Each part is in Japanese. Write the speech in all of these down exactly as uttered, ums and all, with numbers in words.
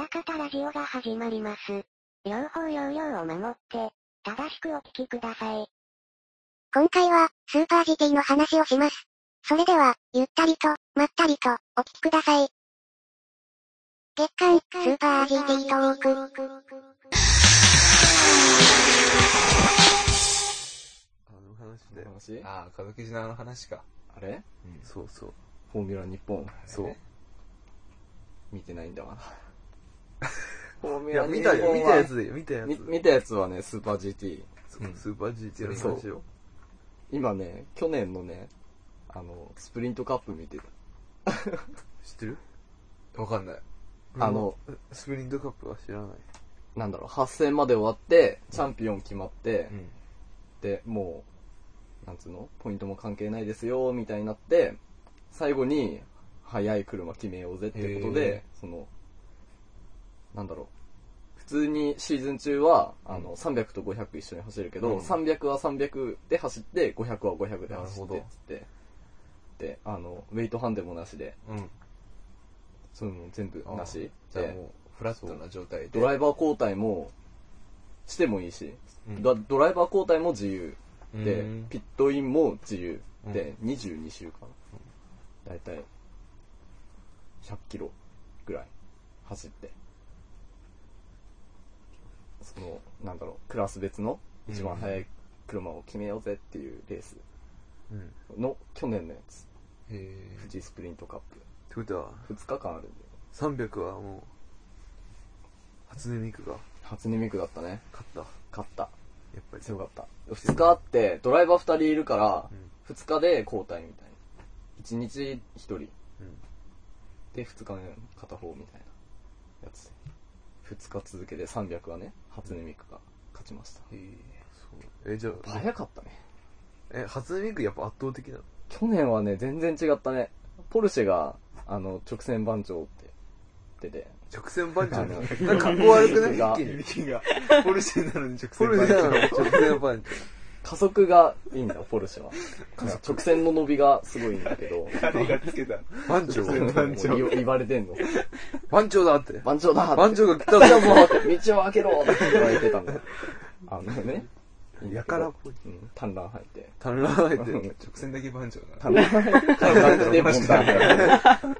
裏方ラジオが始まります。用法用量を守って、正しくお聞きください。 今回は、スーパー ジーティー の話をします。それでは、ゆったりと、まったりと、お聞きください。月刊、スーパー ジーティー トーク。 あの話で。 話ああ、門木島の話か。 あれ、 うん、そうそう。 フォーミュラ日本。 そう。 見てないんだわな。フォーミいや、 ュラ日見たよ。 本は見たやつで、見たやつ。 見たやつはね、スーパー ジーティー。 そう、スーパー ジーティー の話を。 今ね、去年のね、あの、スプリントカップ見てる。 知ってる？わかんない。 あの、 スプリントカップは知らない。 なんだろう、はっ戦まで終わって、チャンピオン決まって、 うん、 で、もう、なんつうの？ポイントも関係ないですよ、みたいになって、最後に、速い車決めようぜってことで、その、なんだろう、普通にシーズン中は、あの、さんびゃくとごひゃく一緒に走るけど、うん、さんびゃくはさんびゃくで走って、ごひゃくはごひゃくで走って、つって、で、あの、ウェイトハンデもなしで、うん、そういうの全部なし。 じゃあもう、フラットな状態で。 ドライバー交代も、してもいいし、うん、ド, ドライバー交代も自由。で、ピットインも自由。で、うん、にじゅうに周かな。だいたい、ひゃっキロぐらい走って。その、なんだろう、クラス別の一番速い車を決めようぜっていうレースの去年のやつ。富士スプリントカップ。 ってことは、 ふつかかんあるんだよ。 さんびゃくはもう、初音ミクが。 初音ミクだったね。 勝った。 勝った。やっぱり強かった。ふつかあって、ドライバーふたりいるから、ふつかで交代みたいな。いちにちひとり。うん、で、ふつかめ片方みたいなやつ。ふつか続けてさんびゃくはね、初音ミクが勝ちました。 へえ、そう。え、じゃあ。 早かったね。 え、初音ミクやっぱ圧倒的なの？ 去年はね、全然違ったね。ポルシェが、あの、直線番長って言ってて。 直線番長なんか格好悪くない？一気に。ポルシェなのに直線番長。ポルシェなのに直線番長。 加速がいいんだ、ポルシェは。直線の伸びがすごいんだけど。 誰がつけた番長番長言われてんの。 番長だって。 番長だって。 番長が来たぞ。 もう、道を開けろって言われてたんだよ。あのね。 やからっぽい。 うん。単乱入って。 単乱入って。 直線だけ番長だ。 単乱入って。単乱入って、ボタン入って。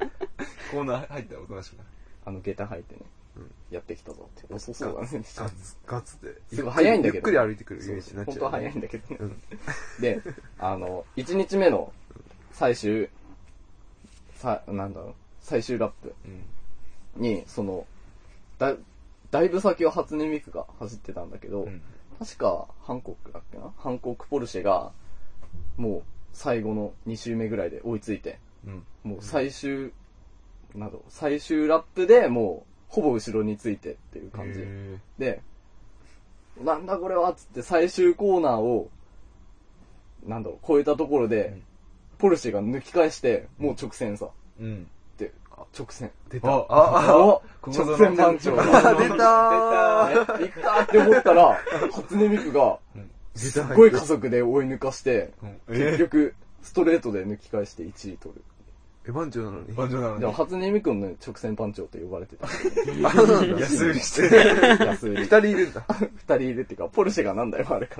コーナー入ったらおとなしくなる。 あの、下駄入ってね。やってきたぞって。遅そうだね。 ガツ、ガツで。 すごい早いんだけど。 ゆっくり歩いてくるイメージになっちゃう。 本当は早いんだけど。で、あの、いちにちめの最終、さ、なんだろう、最終ラップに、その、だ、だいぶ先は初音ミクが走ってたんだけど、うん、確か、ハンコックだっけなハンコックポルシェが、もう、最後のに周目ぐらいで追いついて、うん、もう最終、など、最終ラップでもう、ほぼ後ろについてっていう感じ。で、なんだこれはっつって最終コーナーを、なんだろう、越えたところで、うん、ポルシェが抜き返して、もう直線さ。うん。で、直線。 出た。あ、 あ、直線番長が。 出たー。 出たー。行ったって思ったら、初音ミクが、すっごい加速で追い抜かして、結局、ストレートで抜き返していちい取る。 え、番長なのに番長なのに。 でも、初音ミクの直線番長と呼ばれてた。 安売りしてる。 安売り。 二人いるんだ。 二人いるっていうか、ポルシェがなんだよ、あれから。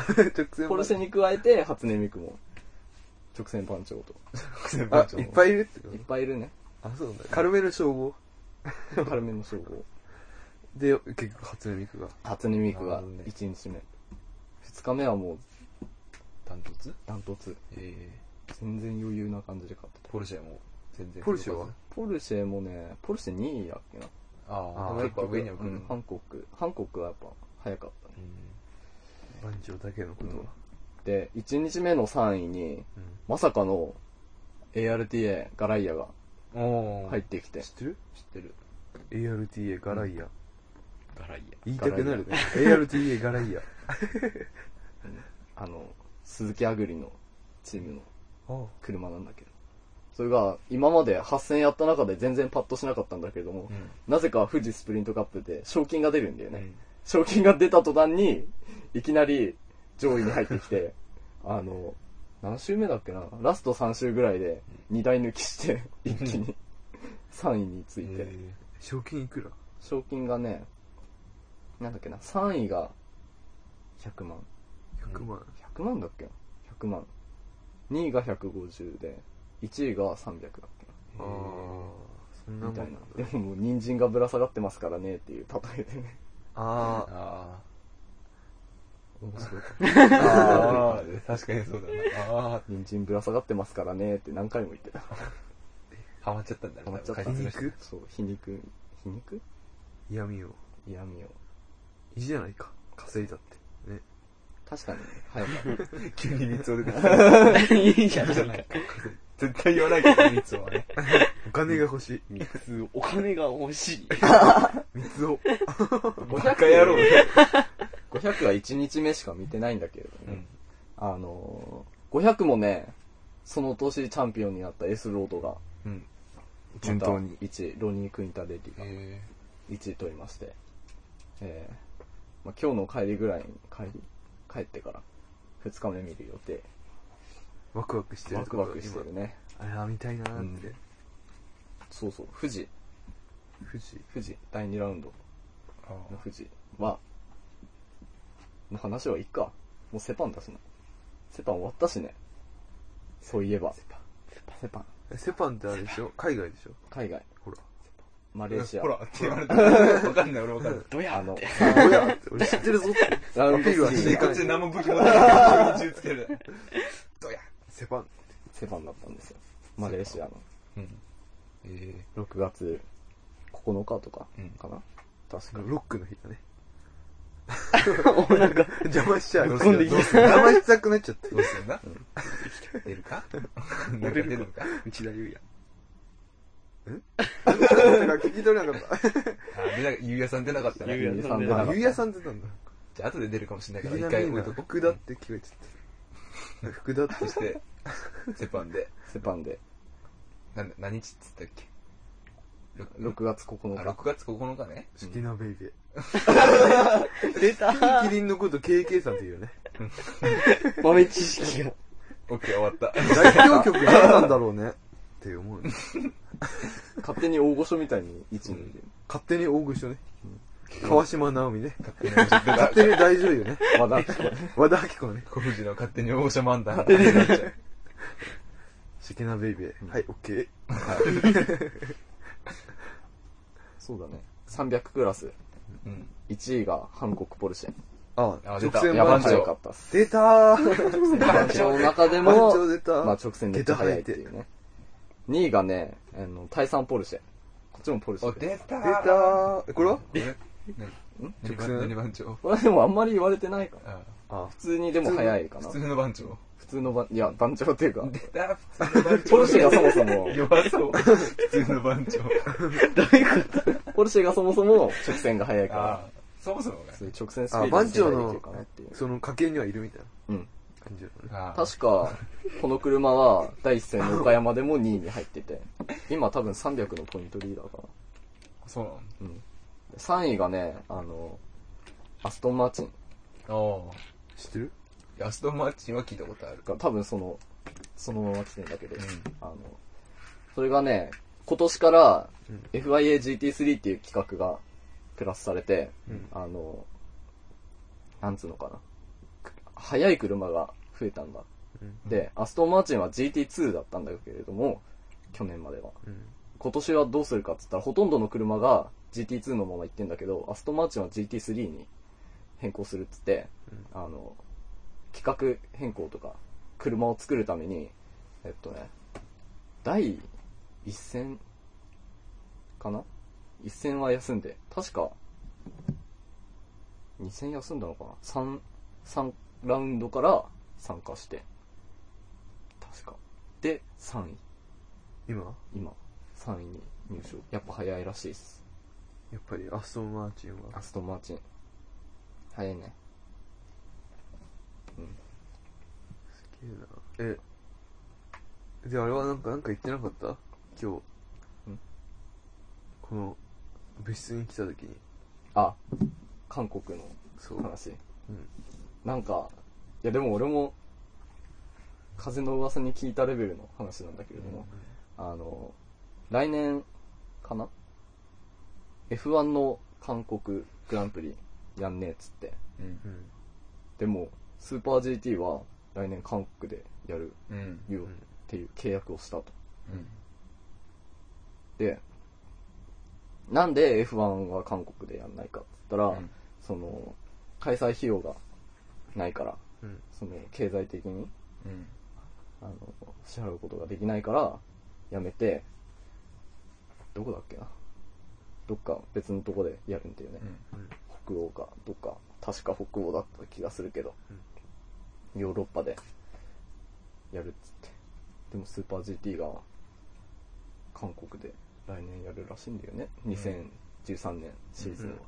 直線ポルシェに加えて、初音ミクも、直線番長と。 直線番長。いっぱいいるってこと？ いっぱいいるね。 あ、そうなんだ。軽めの称号。 軽めの称号。 で、結局、初音ミクが。 初音ミクがいちにちめ。ふつかめはもう、 ダントツダントツ。えー全然余裕な感じで勝ってた。 ポルシェも全然。 ポルシェはポルシェもね、ポルシェにいやっけな。 ああ、結構上には来る、 うん。ハンコック。ハンコックはやっぱ早かったね。 うん、番長だけのことは。うん、 で、いちにちめのさんいに、うん、まさかの エーアールティーエー ガライアが入ってきて。 知ってる？ 知ってる。 エーアールティーエー ガライア。うん、 ガライア。 言いたくなるね。エーアールティーエー ガライア。 あの、鈴木あぐりのチームの車なんだけど、それが今まではっ戦やった中で全然パッとしなかったんだけれども、うん、なぜか富士スプリントカップで賞金が出るんだよね、うん、賞金が出た途端にいきなり上位に入ってきてあの何周目だっけな、ラストさん周ぐらいでにだい抜きして一気にさんいについて、 賞金いくら？ 賞金がね、なんだっけな、さんいがひゃくまん。 ひゃくまん。 ひゃくまんだっけな ?ひゃくまん。にいがひゃくごじゅうで、いちいがさんびゃくだっけな。 ああ、そんなもんみたいなんだ。 な。でももう人参がぶら下がってますからねっていう例えでね。 ああ面白いか。 ーあー、確かにそうだな。あー、 人参ぶら下がってますからねって何回も言ってた。 ハマっちゃったんだね。 ハマっちゃった解説が皮肉そう、皮肉、皮肉嫌味を。 嫌味を。 いいじゃないか。稼いだって。ね。 確かにね、早かった。 急に三つを出てきた。いいじゃないか。絶対言わないけど、三つはね。 お金が欲しい。 ミツ、お金が欲しい。 三つを。 ごひゃくやろうね。 ごひゃくはいちにちめしか見てないんだけれども、 うん。 あのー、ごひゃくもね、その年チャンピオンになったエスロードが、 うん。 順当に。 いちい、ロニー・クインタレディがえいちい取りまして、えーまあ、今日の帰りぐらいに帰り、帰ってからふつかめ見る予定。 ワクワクしてる。 ワクワクしてるね。 今あれ、見たいなーって。 うんそうそう、富士、 富士。 富士、だいにラウンドー、あの富士は、の話はいいか。もうセパンだしな。セパン終わったしね。そういえば。セパン。セパン。 えセパンってあれでしょ海外でしょ海外。 ほら。 マレーシア。 ほら、って言われた。わかんない、俺わかんない。 どやあの、 おやって俺知ってるぞって。 ラウンドアピールはしていスリーかないこっち何も武器持ってない。銃つける。どうや。 セパン。 セパンだったんですよ。マレーシアの。 うん。えろくがつここのかとかうんかな、確かロックの日だね。 お腹。 邪魔しちゃう。 どうするどうする邪魔したくなっちゃってー、。どうするんだ出るかなんか出るのか内田裕也。 なんか聞き取れなかった。 あ、出な、ゆうやさん出なかったね。 ゆうやさん出なかったあ、ゆうやさんって言ったんだ。 じゃあ後で出るかもしれないから、 藤一回波な置いとこう。 福田って聞こえちゃった。福田ってそして、セパンで、 セパンでなん何日っつったっけろくがつここのあ、 かろくがつここのかね。 好きなベイビー。 出たキリンのこと ケーケー さんって言うよね。 豆知識が。 オッケー、終わった。 代表曲何なんだろうね。って思うね。 勝手に大御所みたいに位置にいる、 勝手に大御所ね。川島直美ね。 勝手に勝手に大女優ね。 和田アキ子和田アキ子ね。 小藤の勝手に大御所漫談が始まっちゃう。 好きなベイビー。はい、オッケー。 そうだねさんびゃくクラスうん。 いちいが韓国ポルシェ。 あ、 あ出た直線野蛮番長。 早かったっす。 出たー。 番長の中で番も長出た。 まあ直線めっちゃ速いっていうね。にいがね、あの、タイサンポルシェ。こっちもポルシお、 ェ。 出た出たー。え、これはこれ何直線何番何番長これでもあんまり言われてないかな。 ああ、 普通にでも速いかな。 普通の番長。 普通の番、いや、番長っていうか、 出た普通の番長。 ポルシェがそもそも、 弱そう。普通の番長。 どういうことポルシェがそもそも直線が速いから、 あそもそもがそういう直線スピーあ、 ド番長できのるかなっていう。 その家系にはいるみたいなうん。 感じだね。 あ確か、この車は第一戦の岡山でもにいに入ってて、今多分さんびゃくのポイントリーダーかな。 そうなのうん。でさんいがね、あの、アストンマーチンあ知ってるあ。アストンマーチンは聞いたことある。 が多分その、そのまま来てんだけど、 うんあの、それがね、今年からうんエフアイエージーティースリー っていう企画がプラスされて、 うんあの、なんつうのかな。速い車が増えたんだ。 うんで、アストンマーチンは ジーティーツー だったんだけれども、去年までは。 うん今年はどうするかって言ったら、ほとんどの車が ジーティーツー のまま行ってんだけど、アストンマーチンは ジーティースリー に変更するっつって、 うんあの、企画変更とか、車を作るために、えっとね、第一戦かな一戦は休んで、確か、二戦休んだのかな三、三ラウンドから参加して、確か。で、さんい。 今今、さんいに入賞。やっぱ早いらしいっす。 やっぱりアストンマーチンはアストンマーチン。早いね。 すげえな。え、で、あれはなんか、なんか言ってなかった今日ん。 この、部室に来た時に。 あ、韓国のそう。 話。 うん。 なんか、いやでも俺も、風の噂に聞いたレベルの話なんだけれども、あの、来年かなエフワン の韓国グランプリやんねえっつって。 うん。 でも、スーパー ジーティー は来年韓国でやるうん。 よっていう契約をしたと。 うん。 で、なんで エフワン は韓国でやんないかっつったら、 うんその、開催費用がないから、 うんその、経済的に、 うん。 あの、支払うことができないから、やめて、どこだっけな。どっか別のとこでやるんだよね。 うん北欧か、どっか、確か北欧だった気がするけど、ヨーロッパでやるっつって。でもスーパー ジーティー が韓国で来年やるらしいんだよね。にせんじゅうさんねんシーズンは。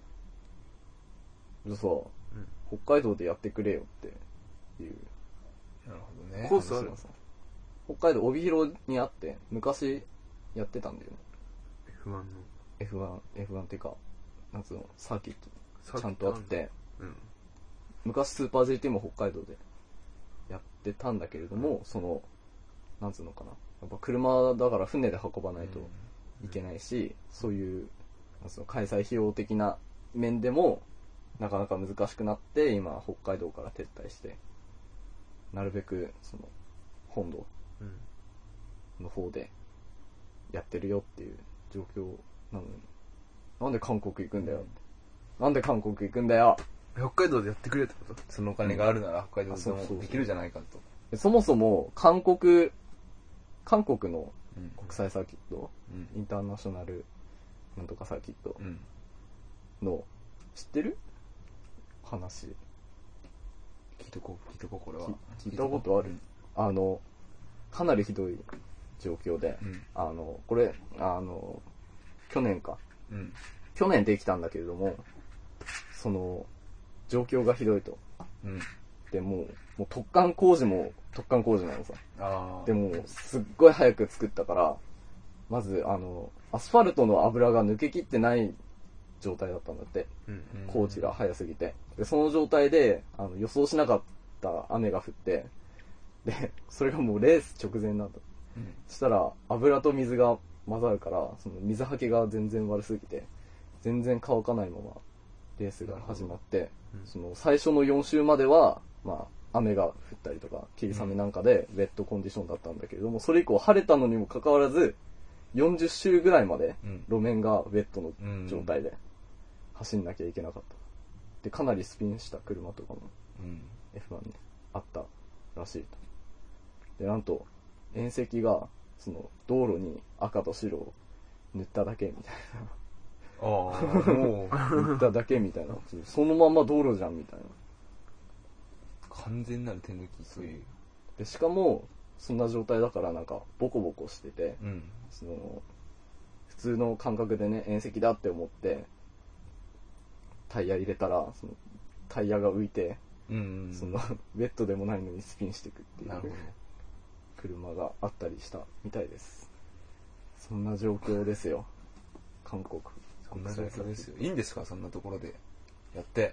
じゃあさ、北海道でやってくれよっていうなるほどね。 コースある話がさ北海道帯広にあって、昔やってたんだよね。 エフワン のエフワン、エフワン っていうか、なんつうの、サーキットちゃんサーキットとあって、 うん昔スーパー ジーティー も北海道でやってたんだけれども、その、なんつうのかな。やっぱ車だから船で運ばないといけないし、そういう、なんつうの、開催費用的な面でも、なかなか難しくなって、今、北海道から撤退して、なるべく、その、本土うんの方でやってるよっていう状況なのに、なんで韓国行くんだよ。なんで韓国行くんだよ。 北海道でやってくれってことそのお金があるなら北海道であそうそうそうもできるじゃないかと。 そもそも、韓国、韓国のうん。 国際サーキット、 うん。 インターナショナルなんとかサーキットうん。 の、知ってる話。 聞いとこう、聞いとこう、これは。 聞いたことあるあの、かなりひどい状況で、 うん。 あの、これ、あの、去年か。 うん。 去年できたんだけれども、その、状況がひどいと。 うん。 で、もう、もう突貫工事も突貫工事なのさ。 ああ。 でも、すっごい早く作ったから、まず、あの、アスファルトの油が抜けきってない状態だったんだって。 うん工事が早すぎて。で、その状態で、あの、予想しなかった雨が降って、で、それがもうレース直前なんだ。 うん。 そしたら、油と水が混ざるから、その水はけが全然悪すぎて、全然乾かないまま、レースが始まって、 うんその、最初のよん周までは、まあ、雨が降ったりとか、霧雨なんかで、ウェットコンディションだったんだけれども、それ以降晴れたのにもかかわらず、よんじゅっ周ぐらいまで、 うん。 路面がウェットのうん。 状態で、走んなきゃいけなかった。で、かなりスピンした車とかもうん。 エフワン にあったらしいと。で、なんと、縁石が、その、道路に赤と白を塗っただけみたいああ、もう、 な。塗っただけみたいな。そのまんま道路じゃんみたいな。 完全なる手抜き、そういう。 で、しかも、そんな状態だからなんか、ボコボコしてて、 うん。 その、普通の感覚でね、縁石だって思って、タイヤ入れたら、その、タイヤが浮いて、 うん。 その、ウェットでもないのにスピンしていくっていうなるほど。 車があったりしたみたいです。そんな状況ですよ。韓国。 そんな状況ですよ。いいんですかそんなところで。やって。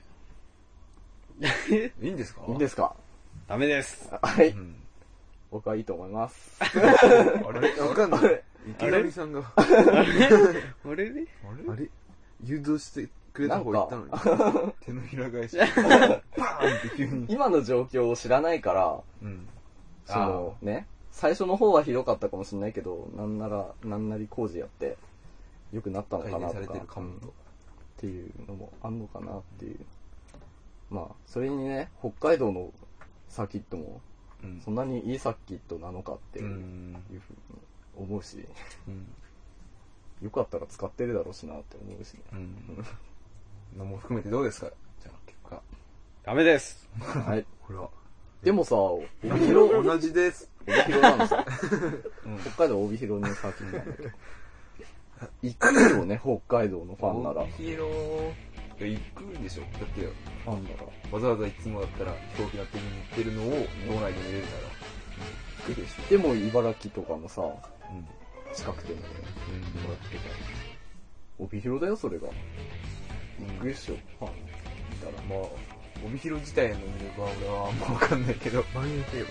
いいんですかいいんですか？ ダメです。 はい。 うん。 僕はいいと思います。 あれわかんないあれ池上さんがあれねあれ誘導してくれた方が言ったのに手のひら返し。パーンって急に。 今の状況を知らないから、 うん。 そのね、最初の方はひどかったかもしれないけど、なんなら、なんなり工事やって、良くなったのかなとか、 改善されてるかもとうんっていうのもあんのかなっていう。まあ、それにね、北海道のサーキットも、 うん。 そんなにいいサーキットなのかっていうう、 ん。 いうふうに思うし、 うん。 よかったら使ってるだろうしなって思うしね。 うん。のも含めてどうですかじゃあ、結果。 ダメです。 はい。 ほらでもさ、帯広、 同じです帯広なのさ、北海道帯広にサーキットなんだけど。行くよね、北海道のファンなら。 帯広、いや、行くんでしょだって、 ファンなら。 わざわざいつもだったら飛行機乗って見に行ってるのを道内で見れるなら、行くでしょ。 でも茨城とかのさ、 うん。 近くてもね、 うん。 茨城とか。帯広だよ、それが。行くでしょ、ファン。いたら。 まあ、帯広自体の魅力は俺はあんまわかんないけど。 万円競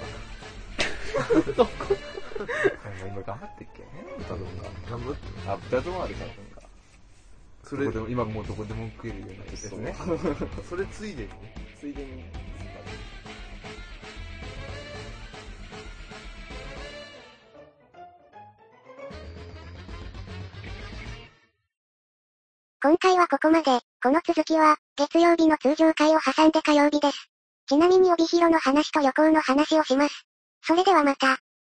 今頑張ってっけ歌とか。 馬頑張ってあ、豚丼あるから。 それでも、今もうどこでも食えるようになってですね。それついでにね。 ついでに。 今回はここまで、この続きは、月曜日の通常回を挟んで火曜日です。ちなみに帯広の話と旅行の話をします。それではまた。